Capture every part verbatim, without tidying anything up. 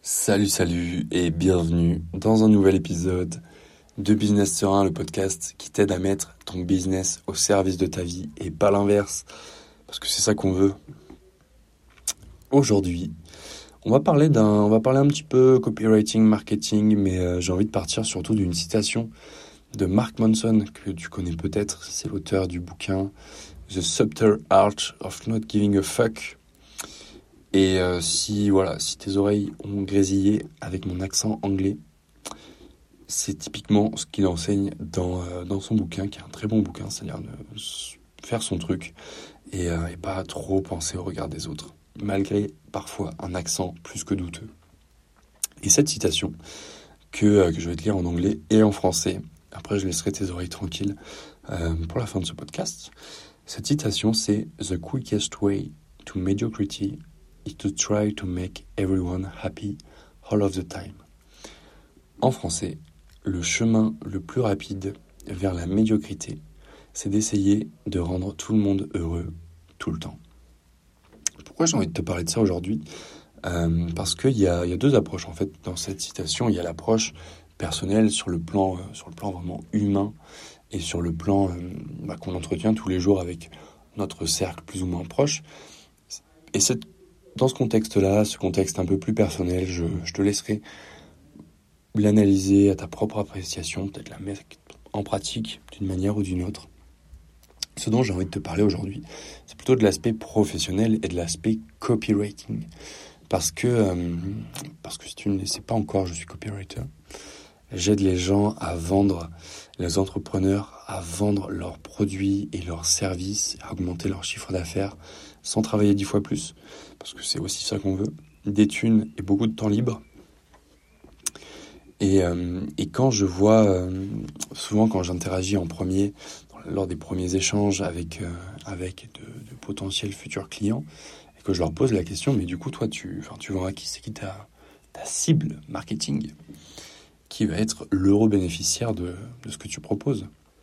Salut, salut et bienvenue dans un nouvel épisode de Business Serein, le podcast qui t'aide à mettre ton business au service de ta vie et pas l'inverse, parce que c'est ça qu'on veut. Aujourd'hui, on va parler d'un, on va parler un petit peu copywriting, marketing, mais euh, j'ai envie de partir surtout d'une citation de Mark Manson que tu connais peut-être, c'est l'auteur du bouquin The Subtle Art of Not Giving a Fuck. Et euh, si voilà, si tes oreilles ont grésillé avec mon accent anglais, c'est typiquement ce qu'il enseigne dans, euh, dans son bouquin, qui est un très bon bouquin, c'est-à-dire de faire son truc et, euh, et pas trop penser au regard des autres, malgré parfois un accent plus que douteux. Et cette citation, que, euh, que je vais te lire en anglais et en français, après je laisserai tes oreilles tranquilles euh, pour la fin de ce podcast. Cette citation, c'est « The quickest way to mediocrity is to try to make everyone happy all of the time ». En français, le chemin le plus rapide vers la médiocrité, c'est d'essayer de rendre tout le monde heureux tout le temps. Pourquoi j'ai envie de te parler de ça aujourd'hui ? euh, Parce qu'il y a, y a deux approches en fait dans cette citation. Il y a l'approche personnelle sur le plan, euh, sur le plan vraiment humain et sur le plan euh, bah, qu'on entretient tous les jours avec notre cercle plus ou moins proche. Et cette Dans ce contexte-là, ce contexte un peu plus personnel, je, je te laisserai l'analyser à ta propre appréciation, peut-être la mettre en pratique d'une manière ou d'une autre. Ce dont j'ai envie de te parler aujourd'hui, c'est plutôt de l'aspect professionnel et de l'aspect copywriting. Parce que, euh, parce que si tu ne le sais pas encore, je suis copywriter. J'aide les gens à vendre, les entrepreneurs à vendre leurs produits et leurs services, à augmenter leur chiffre d'affaires sans travailler dix fois plus, parce que c'est aussi ça qu'on veut, des thunes et beaucoup de temps libre. Et, euh, et quand je vois, euh, souvent quand j'interagis en premier, lors des premiers échanges avec, euh, avec de, de potentiels futurs clients, et que je leur pose la question, mais du coup, toi, tu, enfin, tu vois qui c'est qui ta, ta cible marketing, qui va être l'euro bénéficiaire de, de ce que tu proposes.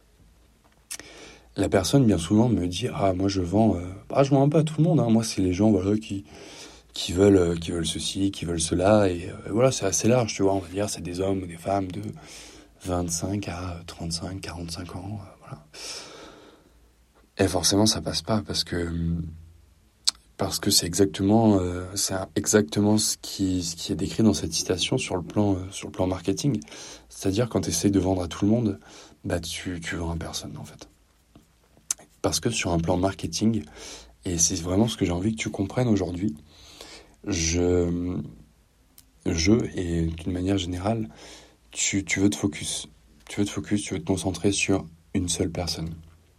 La personne, bien souvent, me dit « Ah, moi, je vends... Euh, ah, je vends un peu à tout le monde. Hein. Moi, c'est les gens voilà, qui, qui, veulent, euh, qui veulent ceci, qui veulent cela. Et euh, voilà, c'est assez large, tu vois. On va dire, c'est des hommes ou des femmes de vingt-cinq à trente-cinq, quarante-cinq ans. Euh, voilà. » Et forcément, ça passe pas parce que... Parce que c'est exactement, euh, c'est exactement ce qui, ce qui est décrit dans cette citation sur le plan, euh, sur le plan marketing. C'est-à-dire, quand tu essayes de vendre à tout le monde, bah, tu, tu vends à personne, en fait. Parce que sur un plan marketing, et c'est vraiment ce que j'ai envie que tu comprennes aujourd'hui, je, je et d'une manière générale, tu, tu veux te focus. Tu veux te focus, tu veux te concentrer sur une seule personne.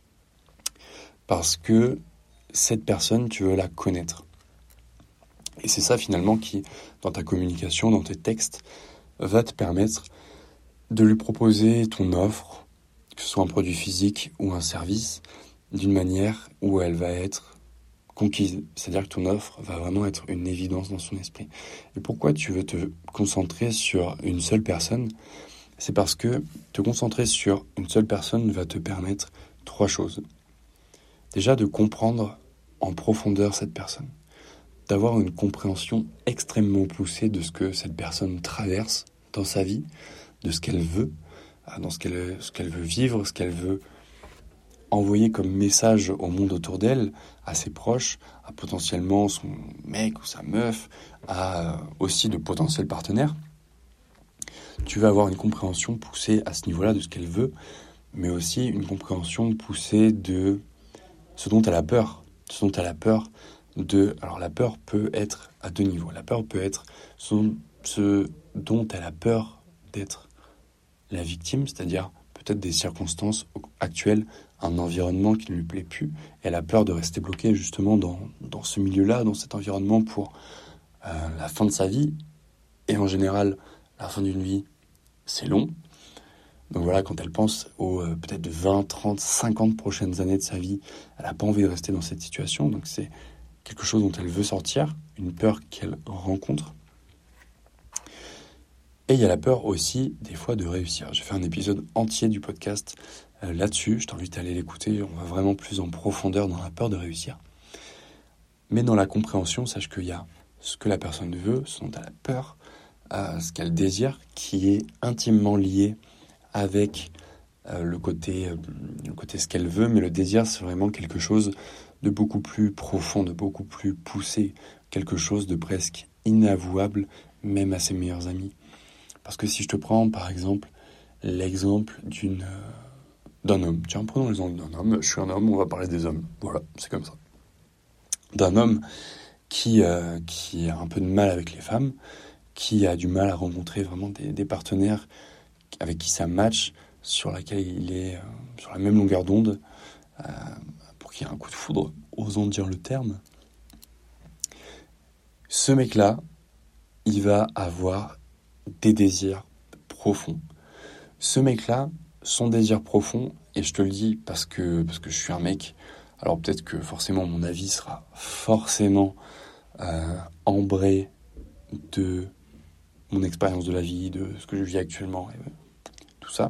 Parce que cette personne, tu veux la connaître. Et c'est ça finalement qui, dans ta communication, dans tes textes, va te permettre de lui proposer ton offre, que ce soit un produit physique ou un service, d'une manière où elle va être conquise. C'est-à-dire que ton offre va vraiment être une évidence dans son esprit. Et pourquoi tu veux te concentrer sur une seule personne ? C'est parce que te concentrer sur une seule personne va te permettre trois choses. Déjà, de comprendre en profondeur cette personne, d'avoir une compréhension extrêmement poussée de ce que cette personne traverse dans sa vie, de ce qu'elle veut, dans ce qu'elle, ce qu'elle veut vivre, ce qu'elle veut envoyer comme message au monde autour d'elle, à ses proches, à potentiellement son mec ou sa meuf, à aussi de potentiels partenaires. Tu vas avoir une compréhension poussée à ce niveau-là de ce qu'elle veut, mais aussi une compréhension poussée de ce dont elle a peur. Ce dont elle a peur de... Alors la peur peut être à deux niveaux. La peur peut être ce, ce dont elle a peur d'être la victime, c'est-à-dire peut-être des circonstances actuelles, un environnement qui ne lui plaît plus. Elle a peur de rester bloquée justement dans, dans ce milieu-là, dans cet environnement pour euh, la fin de sa vie. Et en général, la fin d'une vie, c'est long. Donc voilà, quand elle pense aux euh, peut-être de vingt, trente, cinquante prochaines années de sa vie, elle n'a pas envie de rester dans cette situation. Donc c'est quelque chose dont elle veut sortir, une peur qu'elle rencontre. Et il y a la peur aussi, des fois, de réussir. J'ai fait un épisode entier du podcast euh, là-dessus. Je t'invite à aller l'écouter. On va vraiment plus en profondeur dans la peur de réussir. Mais dans la compréhension, sache qu'il y a ce que la personne veut, ce dont elle a peur, euh, ce qu'elle désire, qui est intimement lié avec euh, le côté, euh, le côté ce qu'elle veut, mais le désir, c'est vraiment quelque chose de beaucoup plus profond, de beaucoup plus poussé, quelque chose de presque inavouable, même à ses meilleurs amis. Parce que si je te prends, par exemple, l'exemple d'une, euh, d'un homme, tiens, prenons l'exemple d'un homme, je suis un homme, on va parler des hommes, voilà, c'est comme ça. D'un homme qui, euh, qui a un peu de mal avec les femmes, qui a du mal à rencontrer vraiment des, des partenaires avec qui ça match, sur laquelle il est euh, sur la même longueur d'onde, euh, pour qu'il y ait un coup de foudre, osons dire le terme. Ce mec-là, il va avoir des désirs profonds. Ce mec-là, son désir profond, et je te le dis parce que, parce que je suis un mec, alors peut-être que forcément mon avis sera forcément euh, embré de mon expérience de la vie, de ce que je vis actuellement, et tout ça.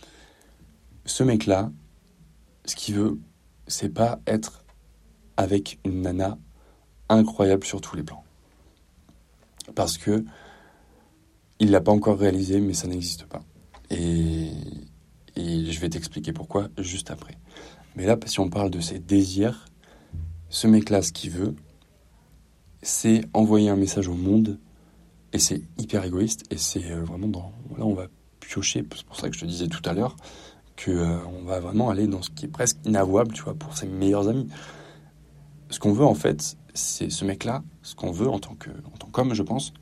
Ce mec-là, ce qu'il veut, c'est pas être avec une nana incroyable sur tous les plans. Parce que il l'a pas encore réalisé, mais ça n'existe pas. Et, et je vais t'expliquer pourquoi juste après. Mais là, si on parle de ses désirs, ce mec-là, ce qu'il veut, c'est envoyer un message au monde, et c'est hyper égoïste, et c'est vraiment dans... Là, on va piocher, c'est pour ça que je te disais tout à l'heure, qu'on euh, va vraiment aller dans ce qui est presque inavouable, tu vois, pour ses meilleurs amis. Ce qu'on veut, en fait, c'est ce mec-là, ce qu'on veut en tant que, en tant qu'homme, je pense,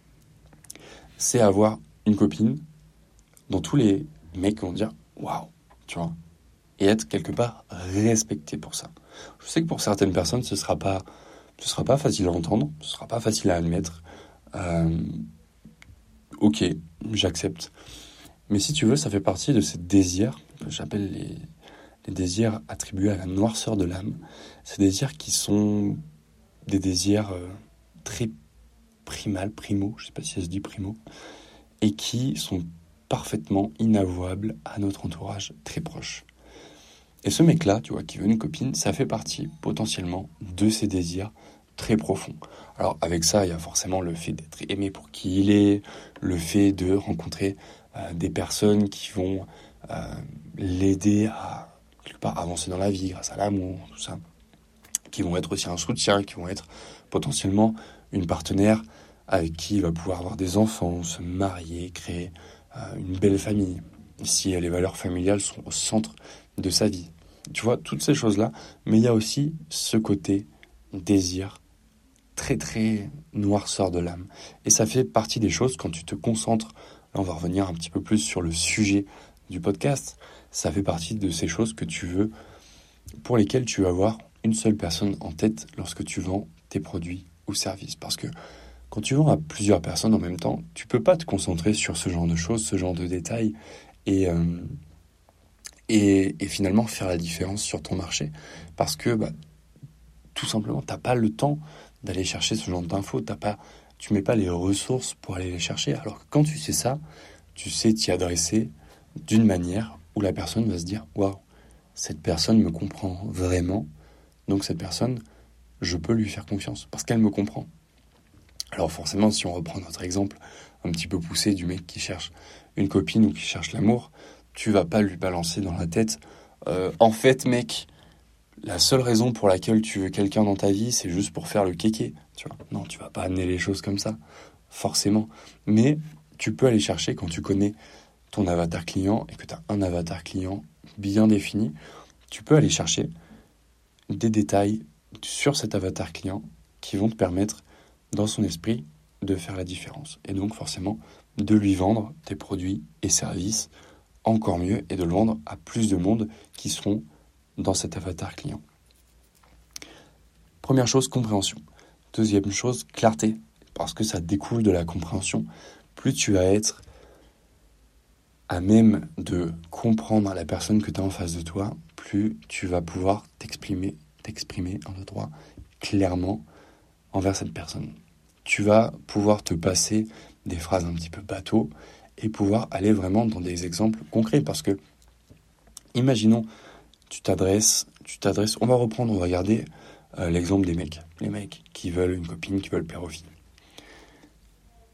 c'est avoir une copine dont tous les mecs vont dire « Waouh », tu vois, et être quelque part respecté pour ça. Je sais que pour certaines personnes, ce sera pas, ce sera pas facile à entendre, ce sera pas facile à admettre. Euh, ok, j'accepte. Mais si tu veux, ça fait partie de ces désirs que j'appelle les, les désirs attribués à la noirceur de l'âme. Ces désirs qui sont des désirs euh, très primal, primo, je sais pas si ça se dit primo, et qui sont parfaitement inavouables à notre entourage très proche. Et ce mec-là, tu vois, qui veut une copine, ça fait partie potentiellement de ses désirs très profonds. Alors avec ça, il y a forcément le fait d'être aimé pour qui il est, le fait de rencontrer euh, des personnes qui vont euh, l'aider à quelque part avancer dans la vie grâce à l'amour, tout ça, qui vont être aussi un soutien, qui vont être potentiellement une partenaire avec qui il va pouvoir avoir des enfants, se marier, créer euh, une belle famille, si les valeurs familiales sont au centre de sa vie. Tu vois, toutes ces choses-là, mais il y a aussi ce côté désir très très noirceur de l'âme. Et ça fait partie des choses quand tu te concentres, là on va revenir un petit peu plus sur le sujet du podcast, ça fait partie de ces choses que tu veux, pour lesquelles tu vas avoir une seule personne en tête lorsque tu vends tes produits ou services. Parce que quand tu vends à plusieurs personnes en même temps, tu peux pas te concentrer sur ce genre de choses, ce genre de détails, et, euh, et, et finalement faire la différence sur ton marché. Parce que bah, tout simplement, tu n'as pas le temps d'aller chercher ce genre d'infos, t'as pas, tu mets pas les ressources pour aller les chercher. Alors que quand tu sais ça, tu sais t'y adresser d'une manière où la personne va se dire « Waouh, cette personne me comprend vraiment, donc cette personne, je peux lui faire confiance parce qu'elle me comprend. » Alors forcément, si on reprend notre exemple un petit peu poussé du mec qui cherche une copine ou qui cherche l'amour, tu vas pas lui balancer dans la tête euh, « En fait, mec, la seule raison pour laquelle tu veux quelqu'un dans ta vie, c'est juste pour faire le kéké. » Tu vois, non, tu vas pas amener les choses comme ça, forcément. Mais tu peux aller chercher quand tu connais ton avatar client et que tu as un avatar client bien défini, tu peux aller chercher des détails sur cet avatar client qui vont te permettre, dans son esprit, de faire la différence. Et donc, forcément, de lui vendre tes produits et services encore mieux et de le vendre à plus de monde qui seront dans cet avatar client. Première chose, compréhension. Deuxième chose, clarté, parce que ça découle de la compréhension. Plus tu vas être à même de comprendre la personne que tu as en face de toi, plus tu vas pouvoir t'exprimer, t'exprimer en le droit clairement envers cette personne. Tu vas pouvoir te passer des phrases un petit peu bateau et pouvoir aller vraiment dans des exemples concrets. Parce que, imaginons, tu t'adresses, tu t'adresses, on va reprendre, on va regarder euh, l'exemple des mecs. Les mecs qui veulent une copine, qui veulent plaire aux filles.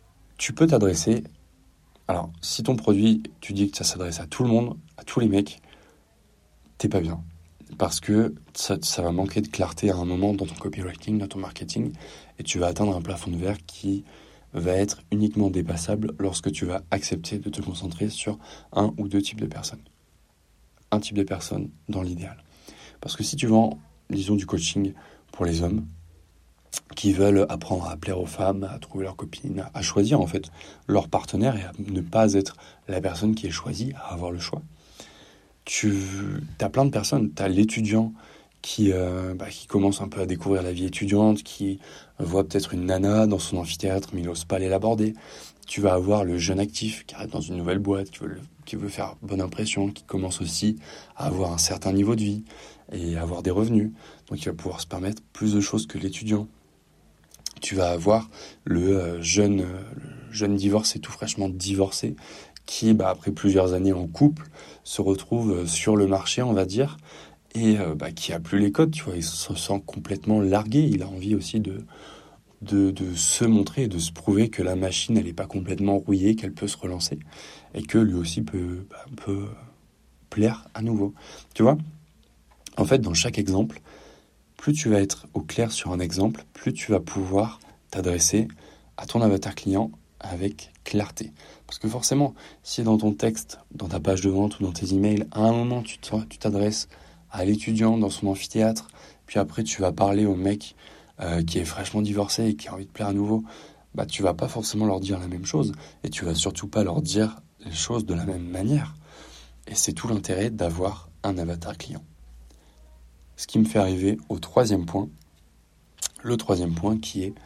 tu peux t'adresser... Alors, si ton produit, tu dis que ça s'adresse à tout le monde, à tous les mecs, t'es pas bien. Parce que ça, ça va manquer de clarté à un moment dans ton copywriting, dans ton marketing, et tu vas atteindre un plafond de verre qui va être uniquement dépassable lorsque tu vas accepter de te concentrer sur un ou deux types de personnes. Un type de personne dans l'idéal. Parce que si tu vends, disons, du coaching pour les hommes qui veulent apprendre à plaire aux femmes, à trouver leur copine, à choisir en fait leur partenaire et à ne pas être la personne qui est choisie, à avoir le choix. Tu as plein de personnes, tu as l'étudiant qui, euh, bah, qui commence un peu à découvrir la vie étudiante, qui voit peut-être une nana dans son amphithéâtre mais il n'ose pas aller l'aborder. Tu vas avoir le jeune actif qui arrive dans une nouvelle boîte, qui veut, qui veut faire bonne impression, qui commence aussi à avoir un certain niveau de vie et avoir des revenus. Donc il va pouvoir se permettre plus de choses que l'étudiant. Tu vas avoir le euh, jeune, euh, le jeune divorcé, tout fraîchement divorcé, qui, bah, après plusieurs années en couple, se retrouve sur le marché, on va dire, et euh, bah, qui a plus les codes, tu vois, il se sent complètement largué, il a envie aussi de, de, de se montrer et de se prouver que la machine, elle n'est pas complètement rouillée, qu'elle peut se relancer, et que lui aussi peut, bah, peut plaire à nouveau. Tu vois, en fait, dans chaque exemple, plus tu vas être au clair sur un exemple, plus tu vas pouvoir t'adresser à ton avatar client avec clarté. Parce que forcément, si dans ton texte, dans ta page de vente ou dans tes emails, à un moment tu t'adresses à l'étudiant dans son amphithéâtre, puis après tu vas parler au mec euh, qui est fraîchement divorcé et qui a envie de plaire à nouveau, bah tu vas pas forcément leur dire la même chose et tu vas surtout pas leur dire les choses de la même manière. Et c'est tout l'intérêt d'avoir un avatar client. Ce qui me fait arriver au troisième point, le troisième point qui est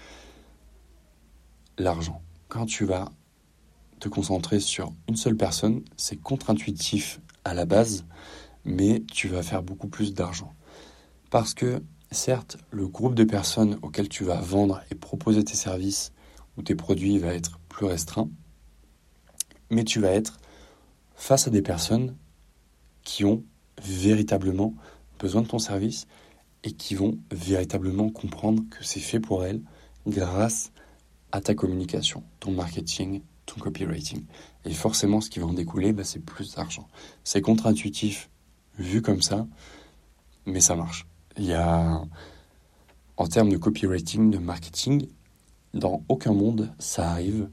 l'argent. Quand tu vas te concentrer sur une seule personne, c'est contre-intuitif à la base, mais tu vas faire beaucoup plus d'argent. Parce que, certes, le groupe de personnes auxquelles tu vas vendre et proposer tes services ou tes produits va être plus restreint, mais tu vas être face à des personnes qui ont véritablement besoin de ton service et qui vont véritablement comprendre que c'est fait pour elles grâce à ta communication, ton marketing, ton copywriting. Et forcément, ce qui va en découler, bah, c'est plus d'argent. C'est contre-intuitif vu comme ça, mais ça marche. Il y a, en termes de copywriting, de marketing, dans aucun monde, ça arrive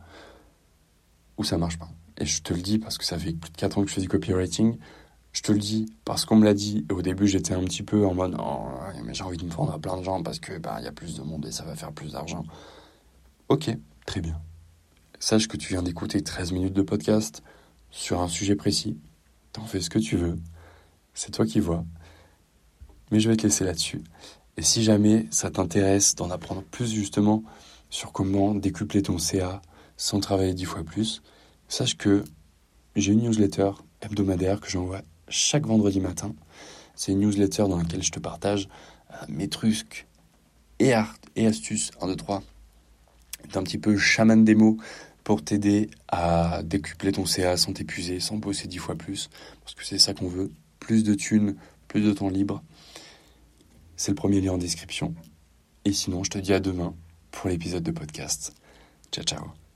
où ça marche pas. Et je te le dis parce que ça fait plus de quatre ans que je fais du copywriting. Je te le dis parce qu'on me l'a dit. Et au début, j'étais un petit peu en mode oh, mais j'ai envie de me vendre à plein de gens parce que bah, y a plus de monde et ça va faire plus d'argent. Ok, très bien. Sache que tu viens d'écouter treize minutes de podcast sur un sujet précis. T'en fais ce que tu veux. C'est toi qui vois. Mais je vais te laisser là-dessus. Et si jamais ça t'intéresse d'en apprendre plus justement sur comment décupler ton C A sans travailler dix fois plus, sache que j'ai une newsletter hebdomadaire que j'envoie chaque vendredi matin. C'est une newsletter dans laquelle je te partage euh, mes trucs et, art et astuces un, deux, trois. C'est un petit peu chaman des mots pour t'aider à décupler ton C A sans t'épuiser, sans bosser dix fois plus. Parce que c'est ça qu'on veut. Plus de thunes, plus de temps libre. C'est le premier lien en description. Et sinon, je te dis à demain pour l'épisode de podcast. Ciao, ciao.